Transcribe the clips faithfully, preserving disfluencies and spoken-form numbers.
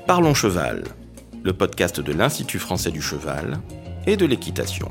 Parlons Cheval, le podcast de l'Institut français du cheval et de l'équitation.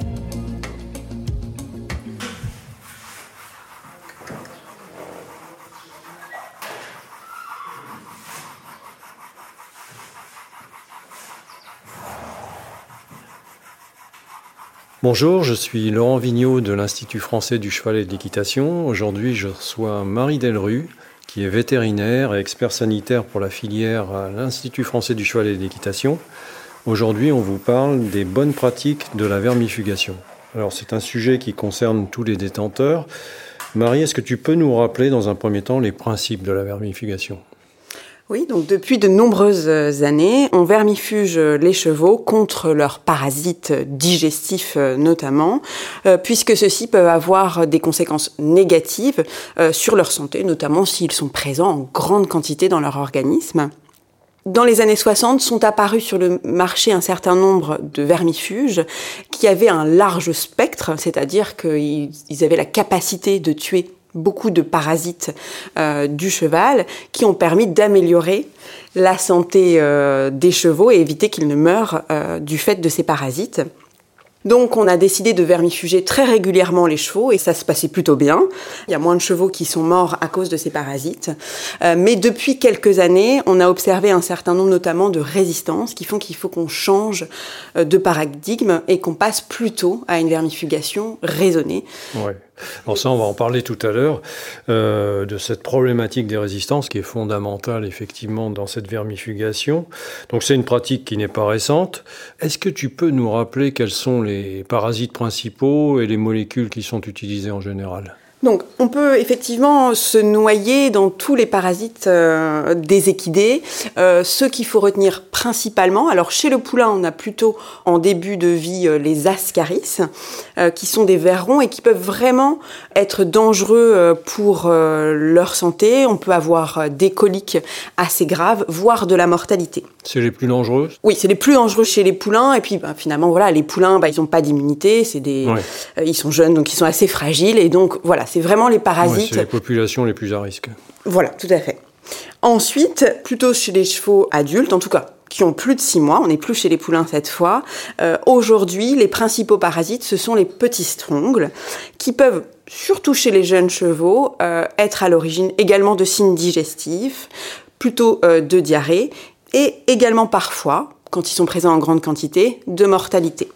Bonjour, je suis Laurent Vigneault de l'Institut français du cheval et de l'équitation. Aujourd'hui, je reçois Marie Delrue, qui est vétérinaire et expert sanitaire pour la filière à l'Institut français du cheval et de l'équitation. Aujourd'hui, on vous parle des bonnes pratiques de la vermifugation. Alors, c'est un sujet qui concerne tous les détenteurs. Marie, est-ce que tu peux nous rappeler dans un premier temps les principes de la vermifugation ? Oui, donc depuis de nombreuses années, on vermifuge les chevaux contre leurs parasites digestifs notamment, euh, puisque ceux-ci peuvent avoir des conséquences négatives euh, sur leur santé, notamment s'ils sont présents en grande quantité dans leur organisme. Dans les années soixante, sont apparus sur le marché un certain nombre de vermifuges qui avaient un large spectre, c'est-à-dire qu'ils avaient la capacité de tuer beaucoup de parasites euh, du cheval qui ont permis d'améliorer la santé euh, des chevaux et éviter qu'ils ne meurent euh, du fait de ces parasites. Donc on a décidé de vermifuger très régulièrement les chevaux et ça se passait plutôt bien. Il y a moins de chevaux qui sont morts à cause de ces parasites. Euh, mais depuis quelques années, on a observé un certain nombre notamment de résistances qui font qu'il faut qu'on change de paradigme et qu'on passe plutôt à une vermifugation raisonnée. Ouais. Alors ça, on va en parler tout à l'heure, euh, de cette problématique des résistances qui est fondamentale effectivement dans cette vermifugation. Donc c'est une pratique qui n'est pas récente. Est-ce que tu peux nous rappeler quels sont les parasites principaux et les molécules qui sont utilisées en général ? Donc, on peut effectivement se noyer dans tous les parasites euh, des équidés. Euh, ceux qu'il faut retenir principalement, alors chez le poulain, on a plutôt en début de vie euh, les ascaris, euh, qui sont des vers ronds et qui peuvent vraiment être dangereux euh, pour euh, leur santé. On peut avoir euh, des coliques assez graves, voire de la mortalité. C'est les plus dangereux ? Oui, c'est les plus dangereux chez les poulains. Et puis, bah, finalement, voilà, les poulains, bah, ils n'ont pas d'immunité. C'est des, ouais. euh, ils sont jeunes, donc ils sont assez fragiles. Et donc, voilà, c'est vraiment les parasites. Ouais, c'est les populations les plus à risque. Voilà, tout à fait. Ensuite, plutôt chez les chevaux adultes, en tout cas, qui ont plus de six mois, on n'est plus chez les poulains cette fois. Euh, aujourd'hui, les principaux parasites, ce sont les petits strongles, qui peuvent, surtout chez les jeunes chevaux, euh, être à l'origine également de signes digestifs, plutôt euh, de diarrhée, et également parfois, quand ils sont présents en grande quantité, de mortalité.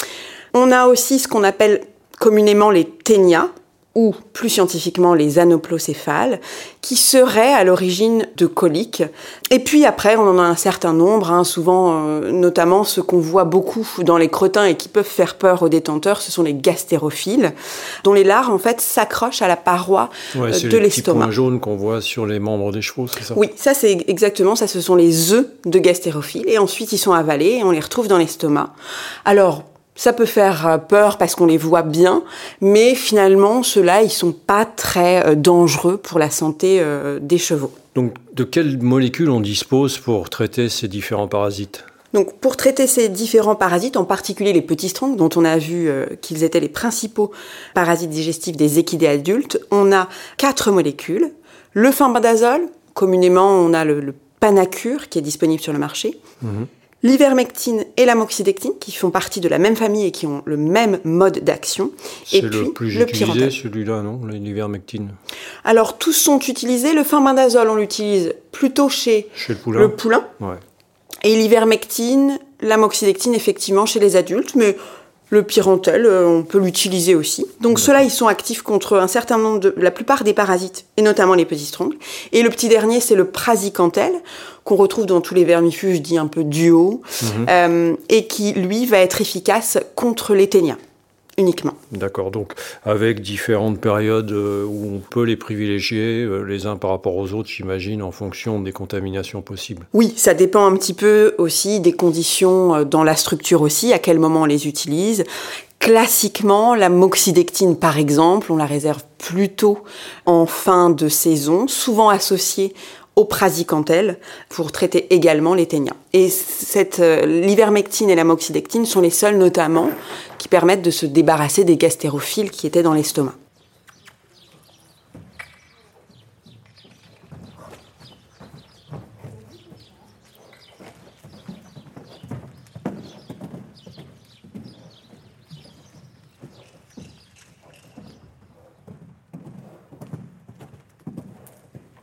On a aussi ce qu'on appelle communément les ténias, ou plus scientifiquement les anoplocéphales, qui seraient à l'origine de coliques. Et puis après, on en a un certain nombre, hein, souvent euh, notamment ceux qu'on voit beaucoup dans les crottins et qui peuvent faire peur aux détenteurs, ce sont les gastérophiles, dont les larves en fait s'accrochent à la paroi ouais, euh, c'est de les l'estomac. Petits points jaunes qu'on voit sur les membres des chevaux, c'est ça ? Oui, ça c'est exactement ça, ce sont les œufs de gastérophiles, et ensuite ils sont avalés et on les retrouve dans l'estomac. Alors, ça peut faire peur parce qu'on les voit bien, mais finalement, ceux-là, ils sont pas très dangereux pour la santé euh, des chevaux. Donc, de quelles molécules on dispose pour traiter ces différents parasites ? Donc, pour traiter ces différents parasites, en particulier les petits strongles, dont on a vu euh, qu'ils étaient les principaux parasites digestifs des équidés adultes, on a quatre molécules. Le fenbendazole, communément, on a le, le Panacur, qui est disponible sur le marché. Mmh. L'ivermectine et l'amoxidectine, qui font partie de la même famille et qui ont le même mode d'action. C'est et le puis, plus le utilisé, pyrantel. celui-là, non ? L'ivermectine. Alors, tous sont utilisés. Le fenbendazole, on l'utilise plutôt chez, chez le poulain. Le poulain. Ouais. Et l'ivermectine, l'amoxidectine, effectivement, chez les adultes. Mais le pyrantel, on peut l'utiliser aussi. Donc, ceux-là, ils sont actifs contre un certain nombre de... la plupart des parasites, et notamment les petits strongles. Et le petit dernier, c'est le praziquantel, qu'on retrouve dans tous les vermifuges dits un peu duo, mmh. euh, et qui, lui, va être efficace contre les ténias, uniquement. D'accord, donc avec différentes périodes où on peut les privilégier les uns par rapport aux autres, j'imagine, en fonction des contaminations possibles. Oui, ça dépend un petit peu aussi des conditions dans la structure aussi, à quel moment on les utilise. Classiquement, la moxidectine, par exemple, on la réserve plutôt en fin de saison, souvent associée au praziquantel pour traiter également les ténias. Et cette, euh, l'ivermectine et la moxidectine sont les seuls notamment qui permettent de se débarrasser des gastérophiles qui étaient dans l'estomac.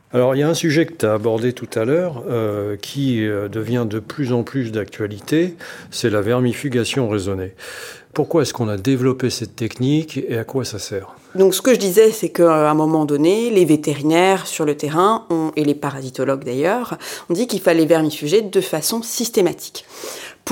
Alors, il y a un sujet que tu as abordé tout à l'heure euh, qui euh, devient de plus en plus d'actualité, c'est la vermifugation raisonnée. Pourquoi est-ce qu'on a développé cette technique et à quoi ça sert ? Donc ce que je disais, c'est qu'à un moment donné, les vétérinaires sur le terrain, ont, et les parasitologues d'ailleurs, ont dit qu'il fallait vermifuger de façon systématique. Pourquoi ?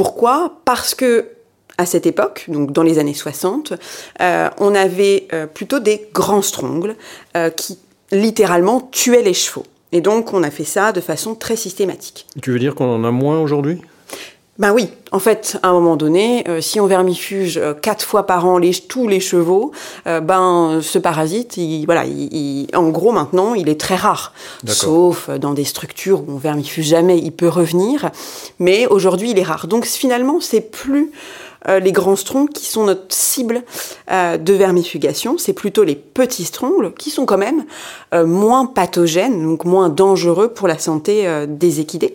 Parce que à cette époque, donc dans les années soixante, euh, on avait euh, plutôt des grands strongles euh, qui littéralement tuaient les chevaux. Et donc on a fait ça de façon très systématique. Tu veux dire qu'on en a moins aujourd'hui ? Ben oui, en fait, à un moment donné, euh, si on vermifuge euh, quatre fois par an les, tous les chevaux, euh, ben ce parasite, il, voilà, il, il, en gros maintenant, il est très rare. D'accord. Sauf dans des structures où on vermifuge jamais, il peut revenir. Mais aujourd'hui, il est rare. Donc finalement, c'est plus euh, les grands strongles qui sont notre cible euh, de vermifugation. C'est plutôt les petits strongles qui sont quand même euh, moins pathogènes, donc moins dangereux pour la santé euh, des équidés.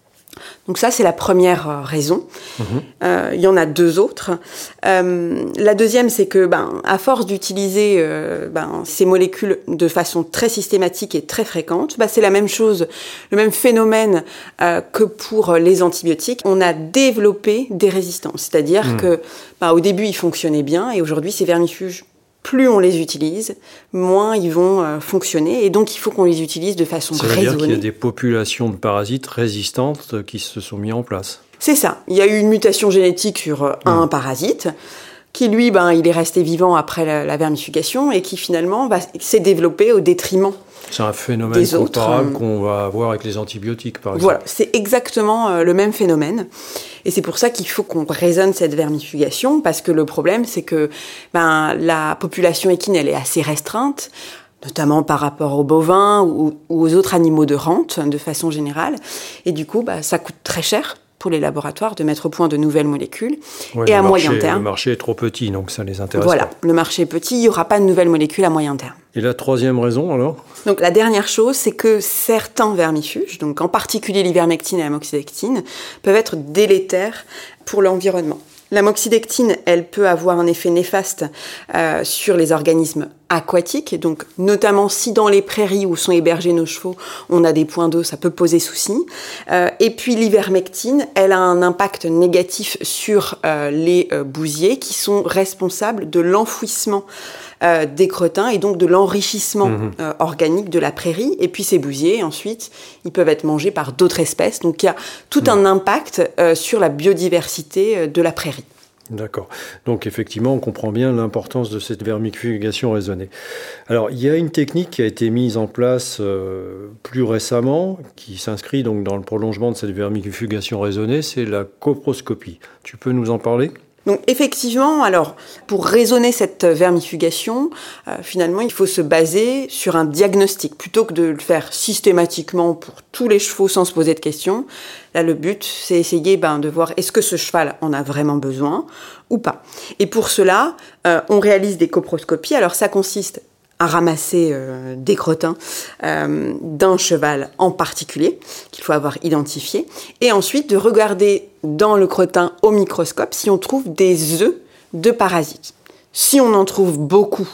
Donc ça, c'est la première raison. Mmh. Euh, il y en a deux autres. Euh, la deuxième, c'est que, ben, à force d'utiliser euh, ben, ces molécules de façon très systématique et très fréquente, ben, c'est la même chose, le même phénomène euh, que pour les antibiotiques. On a développé des résistances, c'est-à-dire mmh. que, ben, au début, ils fonctionnaient bien, et aujourd'hui, ces vermifuges, plus on les utilise, moins ils vont euh, fonctionner. Et donc, il faut qu'on les utilise de façon raisonnée. C'est-à-dire qu'il y a des populations de parasites résistantes qui se sont mises en place. C'est ça. Il y a eu une mutation génétique sur euh, un mmh. parasite qui, lui, ben, il est resté vivant après la, la vermifugation et qui, finalement, va, s'est développé au détriment C'est un phénomène des comparable autres. qu'on va avoir avec les antibiotiques, par exemple. Voilà, c'est exactement euh, le même phénomène. Et c'est pour ça qu'il faut qu'on raisonne cette vermifugation, parce que le problème, c'est que ben, la population équine, elle est assez restreinte, notamment par rapport aux bovins ou, ou aux autres animaux de rente, de façon générale. Et du coup, bah, ça coûte très cher pour les laboratoires de mettre au point de nouvelles molécules. Ouais, et à marché, moyen terme... Le marché est trop petit, donc ça les intéresse Voilà, pas. le marché est petit, il n'y aura pas de nouvelles molécules à moyen terme. Et la troisième raison, alors ? Donc la dernière chose, c'est que certains vermifuges, donc en particulier l'ivermectine et la moxidectine, peuvent être délétères pour l'environnement. La moxidectine, elle peut avoir un effet néfaste euh, sur les organismes aquatiques, donc notamment si dans les prairies où sont hébergés nos chevaux, on a des points d'eau, ça peut poser souci. Euh, et puis l'ivermectine, elle a un impact négatif sur euh, les euh, bousiers qui sont responsables de l'enfouissement euh, des crotins et donc de l'enrichissement mmh. euh, organique de la prairie. Et puis ces bousiers, ensuite, ils peuvent être mangés par d'autres espèces. Donc il y a tout mmh. un impact euh, sur la biodiversité euh, de la prairie. D'accord. Donc effectivement, on comprend bien l'importance de cette vermifugation raisonnée. Alors, il y a une technique qui a été mise en place euh, plus récemment, qui s'inscrit donc dans le prolongement de cette vermifugation raisonnée, c'est la coproscopie. Tu peux nous en parler ? Donc effectivement, alors pour raisonner cette vermifugation, euh, finalement il faut se baser sur un diagnostic plutôt que de le faire systématiquement pour tous les chevaux sans se poser de questions. Là le but c'est essayer ben, de voir est-ce que ce cheval en a vraiment besoin ou pas. Et pour cela, euh, on réalise des coproscopies. Alors ça consiste à ramasser euh, des crotins euh, d'un cheval en particulier, qu'il faut avoir identifié, et ensuite de regarder dans le crottin au microscope si on trouve des œufs de parasites. Si on en trouve beaucoup,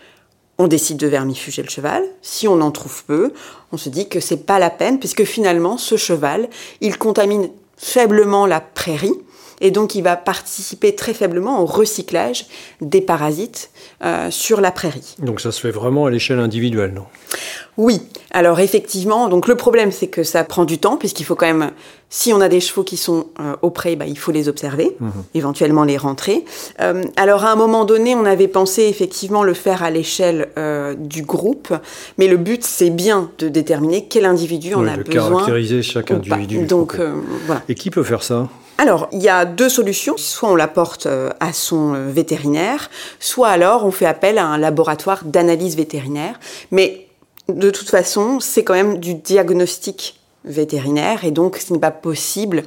on décide de vermifuger le cheval. Si on en trouve peu, on se dit que c'est pas la peine, puisque finalement, ce cheval, il contamine faiblement la prairie, et donc il va participer très faiblement au recyclage des parasites euh, sur la prairie. Donc ça se fait vraiment à l'échelle individuelle, non ? Oui, alors effectivement, donc le problème c'est que ça prend du temps, puisqu'il faut quand même, si on a des chevaux qui sont euh, au pré, bah, il faut les observer, mmh. éventuellement les rentrer. Euh, alors à un moment donné, on avait pensé effectivement le faire à l'échelle euh, du groupe, mais le but c'est bien de déterminer quel individu oui, en a de besoin. De caractériser chaque individu. Donc, euh, voilà. Et qui peut faire ça ? Alors, il y a deux solutions. Soit on l'apporte à son vétérinaire, soit alors on fait appel à un laboratoire d'analyse vétérinaire. Mais de toute façon, c'est quand même du diagnostic vétérinaire et donc ce n'est pas possible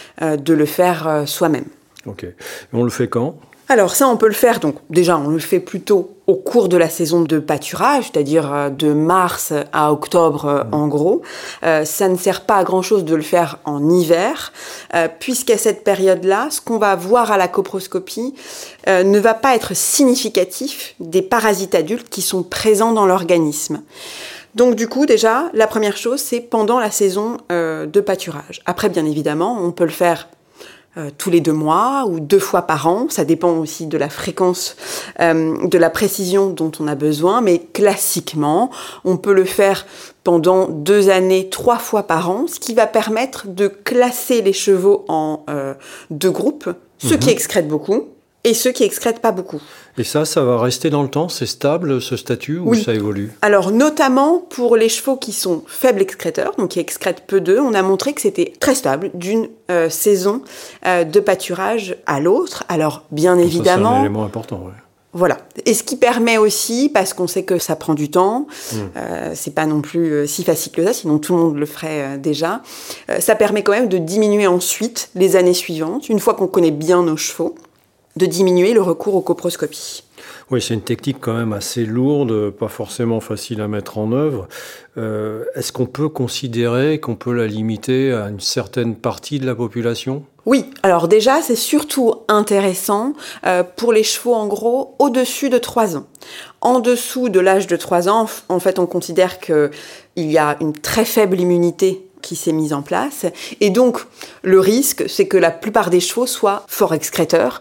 de le faire soi-même. Ok. Et on le fait quand ? Alors ça, on peut le faire, donc déjà, on le fait plutôt au cours de la saison de pâturage, c'est-à-dire de mars à octobre mmh. en gros. Euh, ça ne sert pas à grand-chose de le faire en hiver, euh, puisqu'à cette période-là, ce qu'on va voir à la coproscopie euh, ne va pas être significatif des parasites adultes qui sont présents dans l'organisme. Donc du coup, déjà, la première chose, c'est pendant la saison euh, de pâturage. Après, bien évidemment, on peut le faire euh, tous les deux mois ou deux fois par an. Ça dépend aussi de la fréquence, euh, de la précision dont on a besoin. Mais classiquement, on peut le faire pendant deux années, trois fois par an, ce qui va permettre de classer les chevaux en euh, deux groupes, ceux mmh. qui excrètent beaucoup et ceux qui excrètent pas beaucoup. Et ça, ça va rester dans le temps? C'est stable, ce statut, ou oui. ça évolue? Alors, notamment pour les chevaux qui sont faibles excréteurs, donc qui excrètent peu d'œufs, on a montré que c'était très stable d'une euh, saison euh, de pâturage à l'autre. Alors, bien donc évidemment... Ça, c'est un élément important, oui. Voilà. Et ce qui permet aussi, parce qu'on sait que ça prend du temps, mmh. euh, c'est pas non plus euh, si facile que ça, sinon tout le monde le ferait euh, déjà, euh, ça permet quand même de diminuer ensuite, les années suivantes, une fois qu'on connaît bien nos chevaux, de diminuer le recours aux coproscopies. Oui, c'est une technique quand même assez lourde, pas forcément facile à mettre en œuvre. Euh, est-ce qu'on peut considérer qu'on peut la limiter à une certaine partie de la population ? Oui, alors déjà, c'est surtout intéressant euh, pour les chevaux, en gros, au-dessus de trois ans. En dessous de l'âge de trois ans, en fait, on considère qu'il y a une très faible immunité qui s'est mise en place. Et donc, le risque, c'est que la plupart des chevaux soient fort excréteurs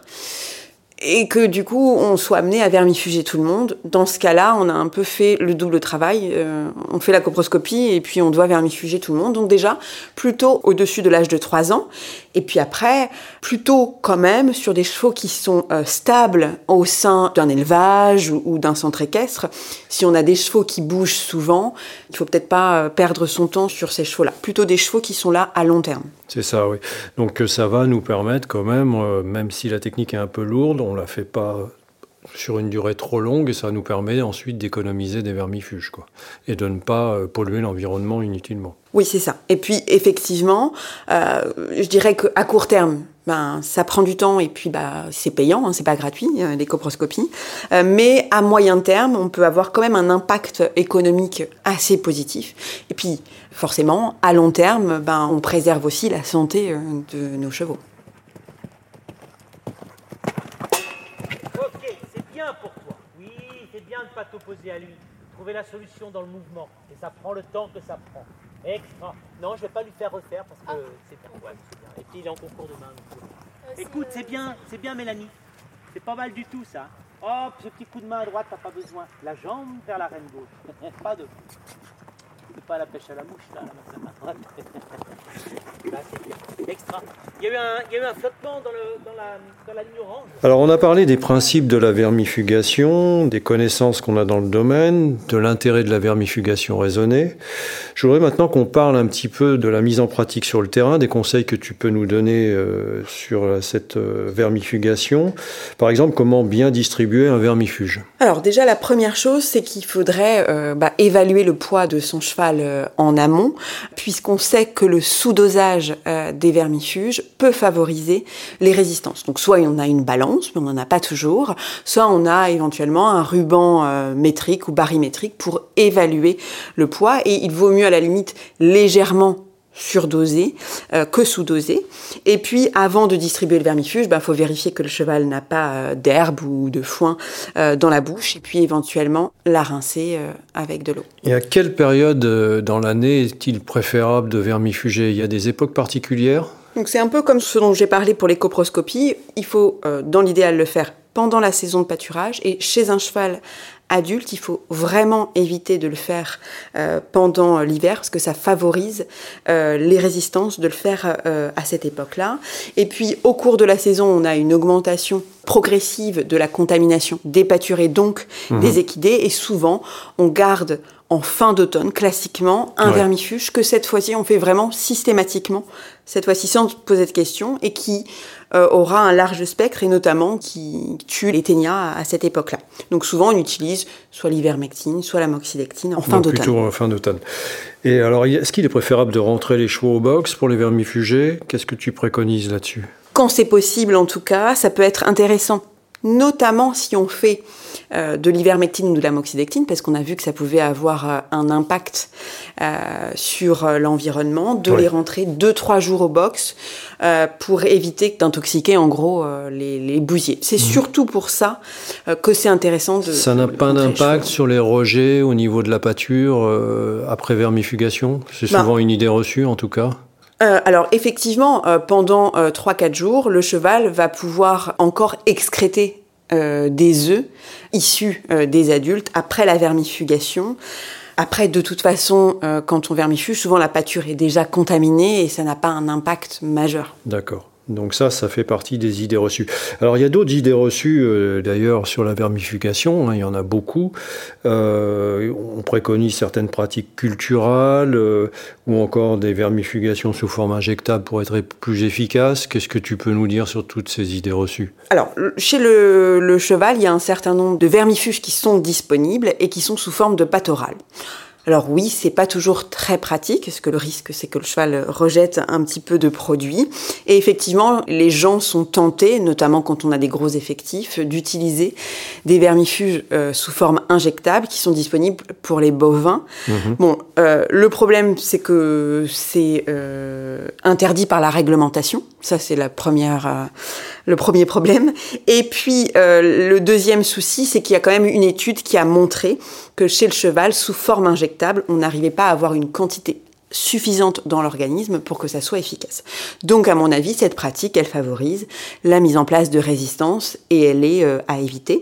et que du coup, on soit amené à vermifuger tout le monde. Dans ce cas-là, on a un peu fait le double travail. Euh, on fait la coproscopie et puis on doit vermifuger tout le monde. Donc déjà, plutôt au-dessus de l'âge de trois ans. Et puis après, plutôt quand même sur des chevaux qui sont euh, stables au sein d'un élevage ou, ou d'un centre équestre. Si on a des chevaux qui bougent souvent, il faut peut-être pas euh, perdre son temps sur ces chevaux-là. Plutôt des chevaux qui sont là à long terme. C'est ça, oui. Donc ça va nous permettre quand même, euh, même si la technique est un peu lourde, on ne la fait pas sur une durée trop longue et ça nous permet ensuite d'économiser des vermifuges, quoi, et de ne pas euh, polluer l'environnement inutilement. Oui, c'est ça. Et puis effectivement, euh, je dirais qu'à court terme, ben, ça prend du temps et puis bah, c'est payant, hein, c'est pas gratuit, euh, les coproscopies. Euh, mais à moyen terme, on peut avoir quand même un impact économique assez positif. Et puis forcément, à long terme, ben, on préserve aussi la santé euh, de nos chevaux. Ok, c'est bien pour toi. Oui, c'est bien de ne pas t'opposer à lui. Trouver la solution dans le mouvement. Et ça prend le temps que ça prend. Extra. Non, je vais pas lui faire refaire parce que ah. c'est bien. Ouais, c'est bien. Et puis il est en concours demain. Donc... Euh, Écoute, c'est bien, c'est bien Mélanie. C'est pas mal du tout ça. Hop, ce petit coup de main à droite, t'as pas besoin. La jambe vers la reine gauche. Pas de. C'est pas la pêche à la mouche là, la main à droite. Là, c'est bien. Extra. Il y a eu un, il y a eu un flottement dans, le, dans, la, dans la ligne orange. Alors on a parlé des principes de la vermifugation, des connaissances qu'on a dans le domaine, de l'intérêt de la vermifugation raisonnée. Je voudrais maintenant qu'on parle un petit peu de la mise en pratique sur le terrain, des conseils que tu peux nous donner euh, sur cette euh, vermifugation. Par exemple, comment bien distribuer un vermifuge? Alors déjà, la première chose, c'est qu'il faudrait euh, bah, évaluer le poids de son cheval euh, en amont, puisqu'on sait que le sous-dosage euh, des vermifuges peut favoriser les résistances. Donc soit on a une balance, mais on n'en a pas toujours, soit on a éventuellement un ruban euh, métrique ou barymétrique pour évaluer le poids, et il vaut mieux à la limite légèrement surdoser euh, que sous-doser. Et puis, avant de distribuer le vermifuge, il bah, faut vérifier que le cheval n'a pas euh, d'herbe ou de foin euh, dans la bouche, et puis éventuellement la rincer euh, avec de l'eau. Et à quelle période euh, dans l'année est-il préférable de vermifuger? Il y a des époques particulières? Donc c'est un peu comme ce dont j'ai parlé pour les coproscopies. Il faut, euh, dans l'idéal, le faire pendant la saison de pâturage, et chez un cheval adulte, il faut vraiment éviter de le faire euh, pendant l'hiver parce que ça favorise euh, les résistances de le faire euh, à cette époque-là. Et puis, au cours de la saison, on a une augmentation progressive de la contamination des pâturés, donc mmh. des équidés, et souvent, on garde en fin d'automne, classiquement, un ouais. vermifuge que cette fois-ci, on fait vraiment systématiquement, cette fois-ci sans poser de questions, et qui euh, aura un large spectre, et notamment qui tue les ténias à, à cette époque-là. Donc souvent, on utilise soit l'ivermectine, soit la moxidectine en fin Donc d'automne. Plutôt en fin d'automne. Et alors, est-ce qu'il est préférable de rentrer les chevaux au box pour les vermifuger? Qu'est-ce que tu préconises là-dessus? Quand c'est possible, en tout cas, ça peut être intéressant notamment si on fait euh, de l'ivermectine ou de l'amoxidectine, parce qu'on a vu que ça pouvait avoir euh, un impact euh, sur euh, l'environnement, de oui. les rentrer deux trois jours au box euh, pour éviter d'intoxiquer en gros euh, les, les bousiers. C'est mmh. surtout pour ça euh, que c'est intéressant de... Ça n'a de pas d'impact sur les rejets au niveau de la pâture euh, après vermifugation ? C'est souvent bah, une idée reçue en tout cas. Euh, alors effectivement, euh, pendant euh, trois quatre jours, le cheval va pouvoir encore excréter euh, des œufs issus euh, des adultes après la vermifugation. Après, de toute façon, euh, quand on vermifuge, souvent la pâture est déjà contaminée et ça n'a pas un impact majeur. D'accord. Donc ça, ça fait partie des idées reçues. Alors il y a d'autres idées reçues euh, d'ailleurs sur la vermification, hein, il y en a beaucoup. Euh, on préconise certaines pratiques culturales euh, ou encore des vermifugations sous forme injectable pour être plus efficaces. Qu'est-ce que tu peux nous dire sur toutes ces idées reçues ? Alors, chez le, le cheval, il y a un certain nombre de vermifuges qui sont disponibles et qui sont sous forme de pâte orale. Alors oui, c'est pas toujours très pratique, parce que le risque, c'est que le cheval rejette un petit peu de produit. Et effectivement, les gens sont tentés, notamment quand on a des gros effectifs, d'utiliser des vermifuges euh, sous forme injectable qui sont disponibles pour les bovins. Mmh. Bon, euh, le problème, c'est que c'est euh, interdit par la réglementation. Ça, c'est la première, euh, le premier problème. Et puis, euh, le deuxième souci, c'est qu'il y a quand même une étude qui a montré que chez le cheval, sous forme injectable, on n'arrivait pas à avoir une quantité suffisante dans l'organisme pour que ça soit efficace. Donc, à mon avis, cette pratique, elle favorise la mise en place de résistance et elle est euh, à éviter.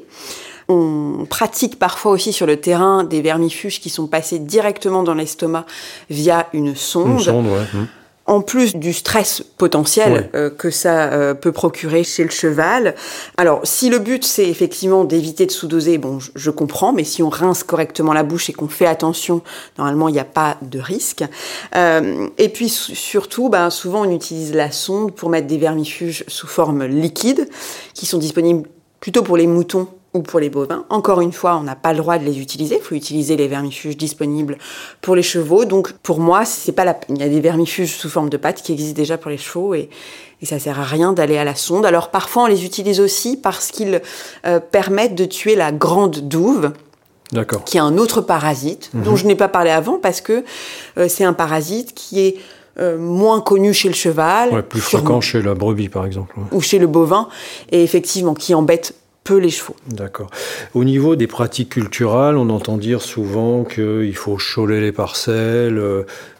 On pratique parfois aussi sur le terrain des vermifuges qui sont passés directement dans l'estomac via une sonde. Une sonde, ouais. Mmh. En plus du stress potentiel ouais. euh, que ça euh, peut procurer chez le cheval. Alors, si le but, c'est effectivement d'éviter de sous-doser, bon, je, je comprends, mais si on rince correctement la bouche et qu'on fait attention, normalement, il n'y a pas de risque. Euh, et puis, surtout, ben, souvent, on utilise la sonde pour mettre des vermifuges sous forme liquide, qui sont disponibles plutôt pour les moutons ou pour les bovins. Encore une fois, on n'a pas le droit de les utiliser. Il faut utiliser les vermifuges disponibles pour les chevaux. Donc, pour moi, c'est pas la peine. Il y a des vermifuges sous forme de pâte qui existent déjà pour les chevaux et, et ça sert à rien d'aller à la sonde. Alors, parfois, on les utilise aussi parce qu'ils euh, permettent de tuer la grande douve. D'accord. Qui est un autre parasite mmh. dont je n'ai pas parlé avant parce que euh, c'est un parasite qui est Euh, moins connu chez le cheval. Ouais, plus fréquent chez la brebis, par exemple. Ouais. Ou chez le bovin, et effectivement, qui embête peu les chevaux. D'accord. Au niveau des pratiques culturales, on entend dire souvent qu'il faut choler les parcelles, euh,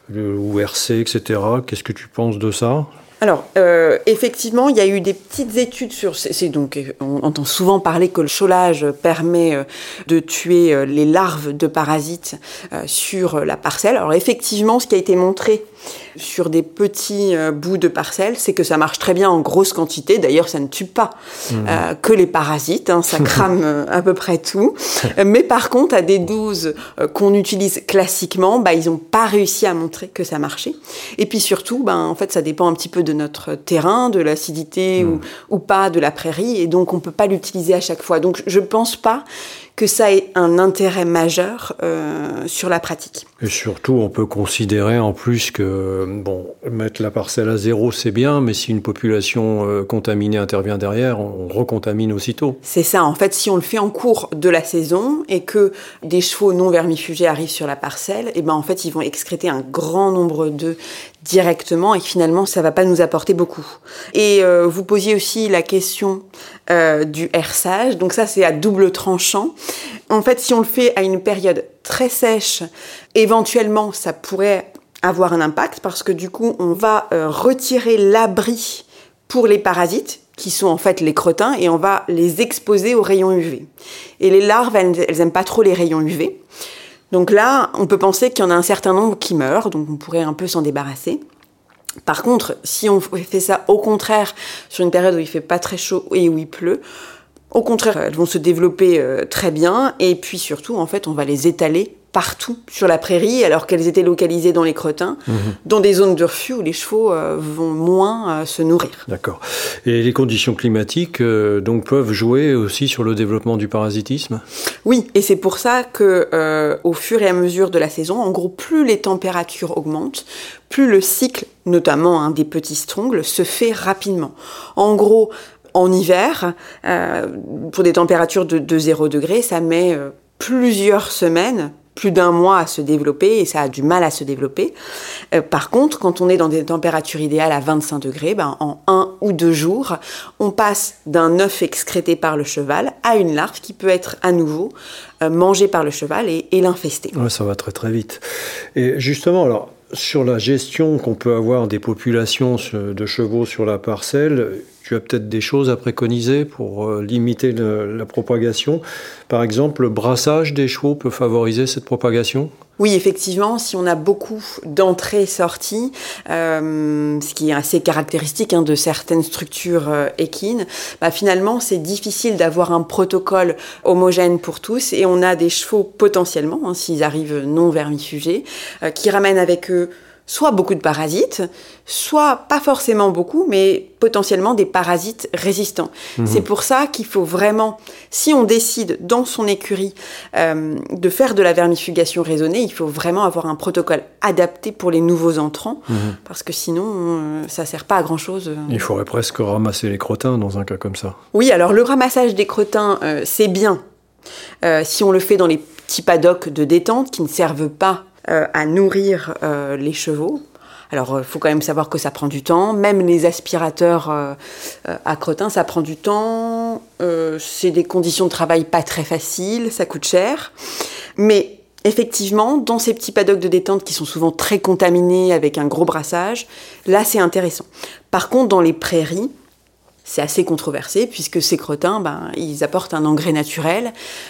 ou hercer, et cetera. Qu'est-ce que tu penses de ça ? Alors, euh, effectivement, il y a eu des petites études sur... C'est, c'est donc, on entend souvent parler que le cholage permet euh, de tuer euh, les larves de parasites euh, sur la parcelle. Alors, effectivement, ce qui a été montré sur des petits euh, bouts de parcelle, c'est que ça marche très bien en grosse quantité. D'ailleurs, ça ne tue pas mmh. euh, que les parasites, hein, ça crame euh, à peu près tout. Mais par contre, à des doses euh, qu'on utilise classiquement, bah, ils n'ont pas réussi à montrer que ça marchait. Et puis surtout, bah, en fait, ça dépend un petit peu de notre terrain, de l'acidité mmh. ou, ou pas de la prairie, et donc on ne peut pas l'utiliser à chaque fois. Donc, je ne pense pas que ça ait un intérêt majeur euh, sur la pratique. Et surtout, on peut considérer en plus que, bon, mettre la parcelle à zéro, c'est bien, mais si une population euh, contaminée intervient derrière, on recontamine aussitôt. C'est ça, en fait, si on le fait en cours de la saison et que des chevaux non vermifugés arrivent sur la parcelle, et ben en fait, ils vont excréter un grand nombre d'œufs directement et finalement, ça va pas nous apporter beaucoup. Et euh, vous posiez aussi la question euh, du herçage, donc ça, c'est à double tranchant. En fait, si on le fait à une période très sèche, éventuellement, ça pourrait avoir un impact parce que du coup, on va euh, retirer l'abri pour les parasites, qui sont en fait les crotins, et on va les exposer aux rayons U V. Et les larves, elles, elles aiment pas trop les rayons U V. Donc là, on peut penser qu'il y en a un certain nombre qui meurent, donc on pourrait un peu s'en débarrasser. Par contre, si on fait ça au contraire sur une période où il fait pas très chaud et où il pleut, au contraire, elles vont se développer euh, très bien, et puis surtout, en fait, on va les étaler partout sur la prairie, alors qu'elles étaient localisées dans les crotins, mmh. dans des zones de refus où les chevaux euh, vont moins euh, se nourrir. D'accord. Et les conditions climatiques euh, donc peuvent jouer aussi sur le développement du parasitisme ? Oui, et c'est pour ça que, euh, au fur et à mesure de la saison, en gros, plus les températures augmentent, plus le cycle, notamment hein, des petits strongles, se fait rapidement. En gros, en hiver, euh, pour des températures de, de zéro degré, ça met euh, plusieurs semaines, plus d'un mois à se développer, et ça a du mal à se développer. Euh, par contre, quand on est dans des températures idéales à vingt-cinq degrés, ben, en un ou deux jours, on passe d'un œuf excrété par le cheval à une larve qui peut être à nouveau euh, mangée par le cheval et, et l'infester. Ouais, ça va très très vite. Et justement, alors, sur la gestion qu'on peut avoir des populations de chevaux sur la parcelle, tu as peut-être des choses à préconiser pour euh, limiter le, la propagation. Par exemple, le brassage des chevaux peut favoriser cette propagation ? Oui, effectivement, si on a beaucoup d'entrées et sorties, euh, ce qui est assez caractéristique hein, de certaines structures euh, équines, bah, finalement, c'est difficile d'avoir un protocole homogène pour tous, et on a des chevaux potentiellement, hein, s'ils arrivent non vermifugés, euh, qui ramènent avec eux soit beaucoup de parasites, soit pas forcément beaucoup, mais potentiellement des parasites résistants. Mmh. C'est pour ça qu'il faut vraiment, si on décide dans son écurie euh, de faire de la vermifugation raisonnée, il faut vraiment avoir un protocole adapté pour les nouveaux entrants, mmh. parce que sinon, euh, ça sert pas à grand-chose. Il faudrait presque ramasser les crottins dans un cas comme ça. Oui, alors le ramassage des crottins, euh, c'est bien euh, si on le fait dans les petits paddocks de détente qui ne servent pas Euh, à nourrir euh, les chevaux. Alors, il euh, faut quand même savoir que ça prend du temps. Même les aspirateurs euh, euh, à crottin, ça prend du temps. Euh, c'est des conditions de travail pas très faciles, ça coûte cher. Mais effectivement, dans ces petits paddocks de détente qui sont souvent très contaminés avec un gros brassage, là, c'est intéressant. Par contre, dans les prairies, c'est assez controversé puisque ces crottins, ben, ils apportent un engrais naturel.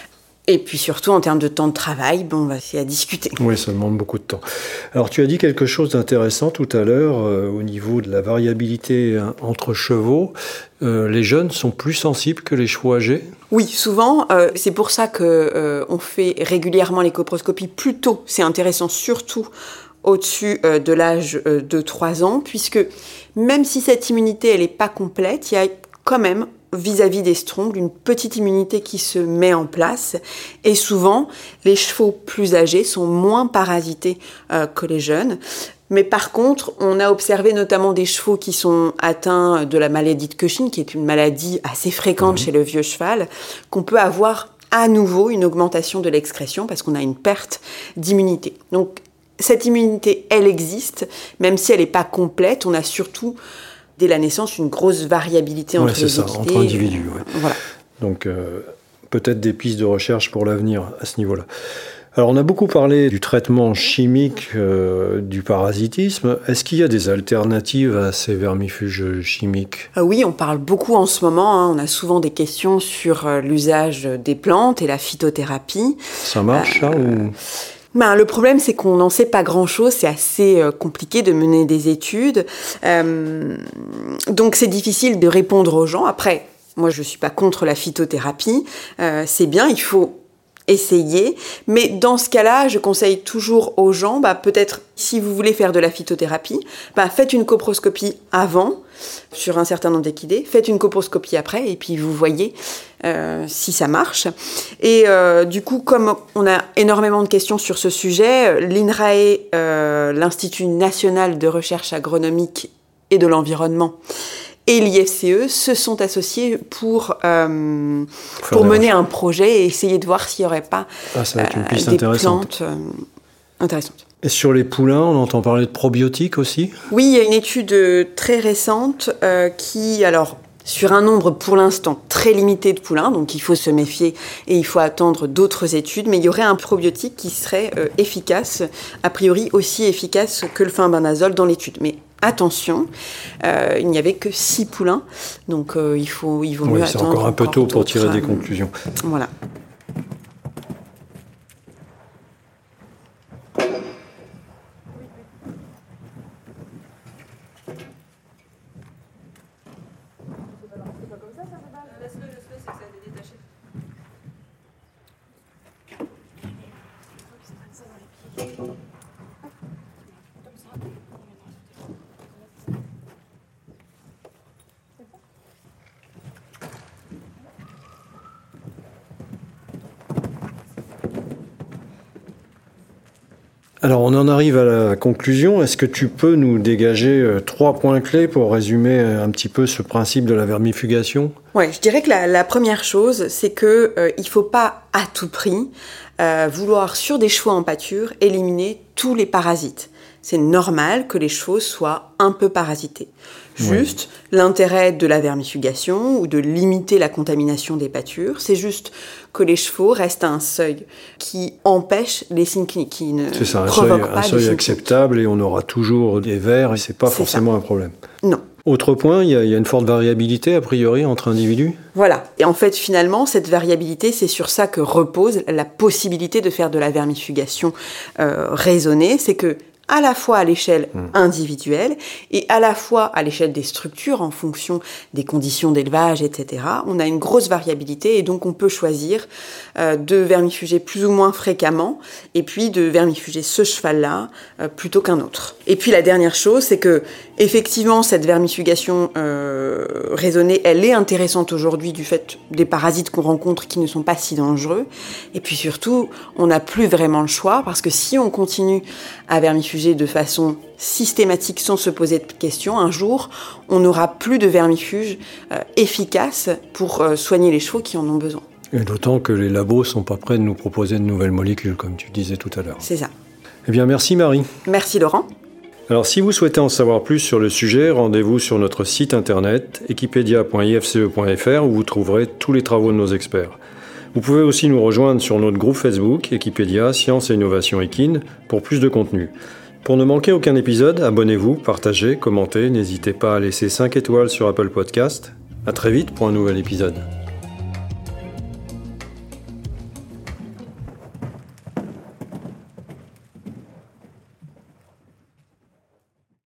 Et puis surtout, en termes de temps de travail, bon, bah, c'est à discuter. Oui, ça demande beaucoup de temps. Alors, tu as dit quelque chose d'intéressant tout à l'heure euh, au niveau de la variabilité hein, entre chevaux. Euh, les jeunes sont plus sensibles que les chevaux âgés ? Oui, souvent. Euh, c'est pour ça qu'on euh, fait régulièrement les coproscopies plus tôt. C'est intéressant, surtout au-dessus euh, de l'âge euh, de trois ans, puisque même si cette immunité, elle n'est pas complète, il y a quand même vis-à-vis des strongs, une petite immunité qui se met en place. Et souvent, les chevaux plus âgés sont moins parasités euh, que les jeunes. Mais par contre, on a observé notamment des chevaux qui sont atteints de la maladie de Cushing, qui est une maladie assez fréquente mmh. chez le vieux cheval, qu'on peut avoir à nouveau une augmentation de l'excrétion parce qu'on a une perte d'immunité. Donc, cette immunité, elle existe, même si elle n'est pas complète. On a surtout dès la naissance, une grosse variabilité entre ouais, les c'est ça, entre individus. Ouais. Voilà. Donc, euh, peut-être des pistes de recherche pour l'avenir à ce niveau-là. Alors, on a beaucoup parlé du traitement chimique euh, du parasitisme. Est-ce qu'il y a des alternatives à ces vermifuges chimiques ? euh, Oui, on parle beaucoup en ce moment. Hein. On a souvent des questions sur euh, l'usage des plantes et la phytothérapie. Ça marche, euh, ça ou... Ben, le problème, c'est qu'on n'en sait pas grand-chose. C'est assez euh, compliqué de mener des études. Euh, donc, c'est difficile de répondre aux gens. Après, moi, je ne suis pas contre la phytothérapie. Euh, c'est bien, il faut essayer. Mais dans ce cas-là, je conseille toujours aux gens, bah, peut-être, si vous voulez faire de la phytothérapie, bah, faites une coproscopie avant, sur un certain nombre d'équidés. Faites une coproscopie après, et puis vous voyez euh, si ça marche. Et euh, du coup, comme on a énormément de questions sur ce sujet, l'INRAE, euh, l'Institut national de recherche agronomique et de l'environnement, et l'I F C E se sont associés pour, euh, pour mener un projet et essayer de voir s'il n'y aurait pas ah, ça va être une piste euh, des intéressante. plantes euh, intéressantes. Et sur les poulains, on entend parler de probiotiques aussi ? Oui, il y a une étude très récente euh, qui, alors, sur un nombre pour l'instant très limité de poulains, donc il faut se méfier et il faut attendre d'autres études, mais il y aurait un probiotique qui serait euh, efficace, a priori aussi efficace que le fenbendazole dans l'étude. Mais attention, euh, il n'y avait que six poulains, donc euh, il, faut, il vaut oui, mieux c'est attendre. C'est encore un peu tôt pour tirer euh, des conclusions. Voilà. Alors on en arrive à la conclusion. Est-ce que tu peux nous dégager euh, trois points clés pour résumer un petit peu ce principe de la vermifugation ? Ouais, je dirais que la, la première chose, c'est que euh, il faut pas à tout prix euh, vouloir sur des chevaux en pâture éliminer tous les parasites. C'est normal que les chevaux soient un peu parasités. Juste, oui. L'intérêt de la vermifugation ou de limiter la contamination des pâtures, c'est juste que les chevaux restent à un seuil qui empêche les signes cliniques, qui ne c'est ça, un provoquent seuil, pas un seuil des acceptable et on aura toujours des vers et c'est pas c'est forcément ça. Un problème. Non. Autre point, il y, a, il y a une forte variabilité a priori entre individus. Voilà. Et en fait, finalement, cette variabilité, c'est sur ça que repose la possibilité de faire de la vermifugation euh, raisonnée. C'est que à la fois à l'échelle mmh. individuelle et à la fois à l'échelle des structures en fonction des conditions d'élevage, et cetera. On a une grosse variabilité et donc on peut choisir euh, de vermifuger plus ou moins fréquemment et puis de vermifuger ce cheval-là euh, plutôt qu'un autre. Et puis la dernière chose, c'est que effectivement cette vermifugation euh, raisonnée, elle est intéressante aujourd'hui du fait des parasites qu'on rencontre qui ne sont pas si dangereux. Et puis surtout, on n'a plus vraiment le choix parce que si on continue à vermifuger de façon systématique sans se poser de questions, un jour, on n'aura plus de vermifuge euh, efficace pour euh, soigner les chevaux qui en ont besoin. Et d'autant que les labos ne sont pas prêts de nous proposer de nouvelles molécules, comme tu disais tout à l'heure. C'est ça. Eh bien, merci Marie. Merci Laurent. Alors, si vous souhaitez en savoir plus sur le sujet, rendez-vous sur notre site internet equipedia point i f c e point f r où vous trouverez tous les travaux de nos experts. Vous pouvez aussi nous rejoindre sur notre groupe Facebook Equipedia Sciences et Innovation Équine pour plus de contenu. Pour ne manquer aucun épisode, abonnez-vous, partagez, commentez, n'hésitez pas à laisser cinq étoiles sur Apple Podcast. À très vite pour un nouvel épisode.